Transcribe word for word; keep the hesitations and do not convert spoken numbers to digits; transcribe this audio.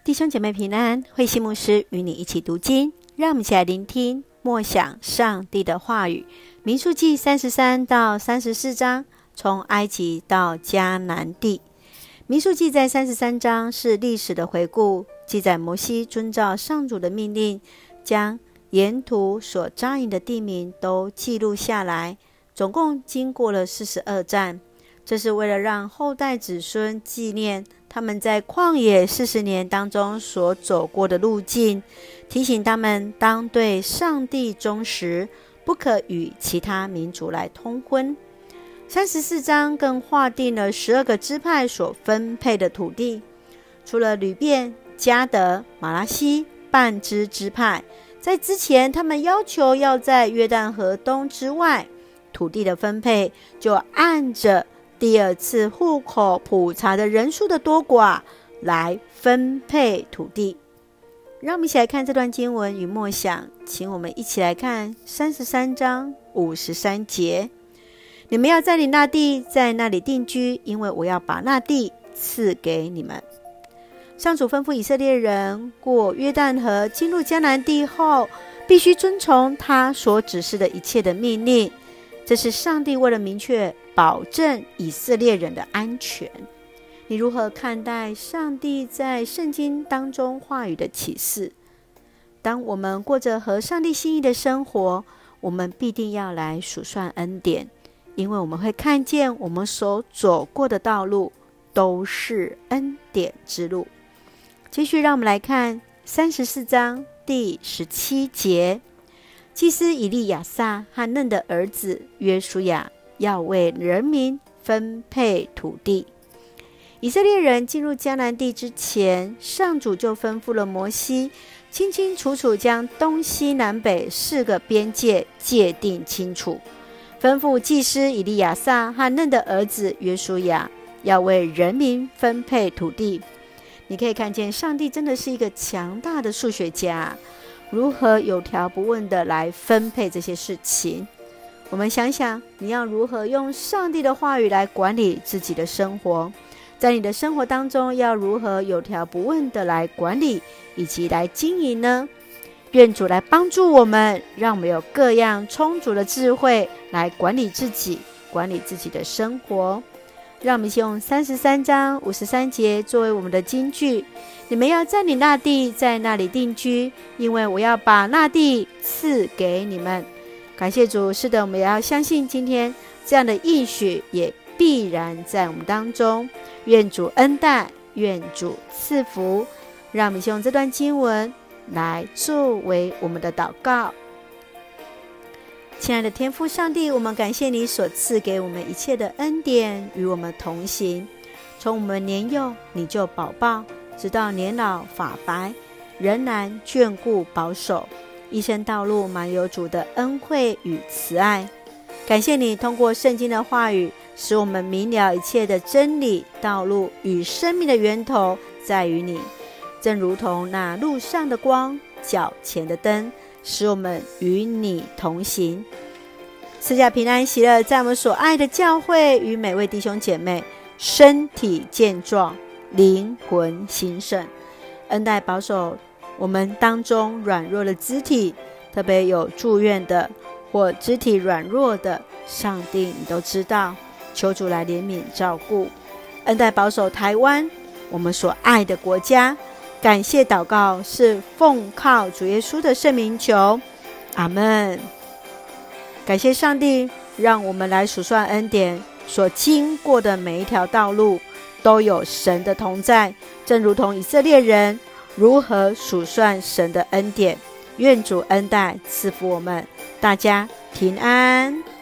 弟兄姐妹平安，慧馨牧师与你一起读经，让我们一起来聆听默想上帝的话语。民数记三十三到三十四章，从埃及到迦南地。民数记在三十三章是历史的回顾，记载摩西遵照上主的命令，将沿途所扎营的地名都记录下来，总共经过了四十二站。这是为了让后代子孙纪念他们在旷野四十年当中所走过的路径，提醒他们当对上帝忠实，不可与其他民族来通婚。三十四章更划定了十二个支派所分配的土地，除了吕遍、迦得、马拉西半支支派，在之前他们要求要在约旦河东之外，土地的分配就按着第二次户口普查的人数的多寡来分配土地。让我们一起来看这段经文与默想，请我们一起来看三十三章五十三节。你们要在你那地，在那里定居，因为我要把那地赐给你们。上主吩咐以色列人过约旦河进入迦南地后，必须遵从他所指示的一切的命令，这是上帝为了明确保证以色列人的安全。你如何看待上帝在圣经当中话语的启示？当我们过着合上帝心意的生活，我们必定要来数算恩典，因为我们会看见我们所走过的道路都是恩典之路。继续让我们来看三十四章第十七节。祭司以利亚撒和嫩的儿子约书亚要为人民分配土地。以色列人进入迦南地之前，上主就吩咐了摩西，清清楚楚将东西南北四个边界界定清楚，吩咐祭司以利亚撒和嫩的儿子约书亚要为人民分配土地。你可以看见上帝真的是一个强大的数学家，如何有条不紊的来分配这些事情。我们想想，你要如何用上帝的话语来管理自己的生活，在你的生活当中要如何有条不紊的来管理以及来经营呢？愿主来帮助我们，让我们有各样充足的智慧来管理自己，管理自己的生活。让我们先用三十三章五十三节作为我们的金句。你们要在你那地，在那里定居，因为我要把那地赐给你们。感谢主，是的，我们也要相信今天这样的应许也必然在我们当中。愿主恩待，愿主赐福。让我们先用这段经文来作为我们的祷告。亲爱的天父上帝，我们感谢你所赐给我们一切的恩典，与我们同行。从我们年幼你就保抱，直到年老发白，仍然眷顾保守，一生道路满有主的恩惠与慈爱。感谢你通过圣经的话语，使我们明了一切的真理道路与生命的源头在于你，正如同那路上的光，脚前的灯，使我们与你同行。赐下平安喜乐，在我们所爱的教会与每位弟兄姐妹身体健壮，灵魂兴盛，恩待保守我们当中软弱的肢体，特别有住院的或肢体软弱的，上帝你都知道，求主来怜悯照顾，恩待保守台湾我们所爱的国家。感谢祷告是奉靠主耶稣的圣名求，阿们。感谢上帝，让我们来数算恩典，所经过的每一条道路都有神的同在，正如同以色列人如何数算神的恩典。愿主恩待赐福我们大家平安。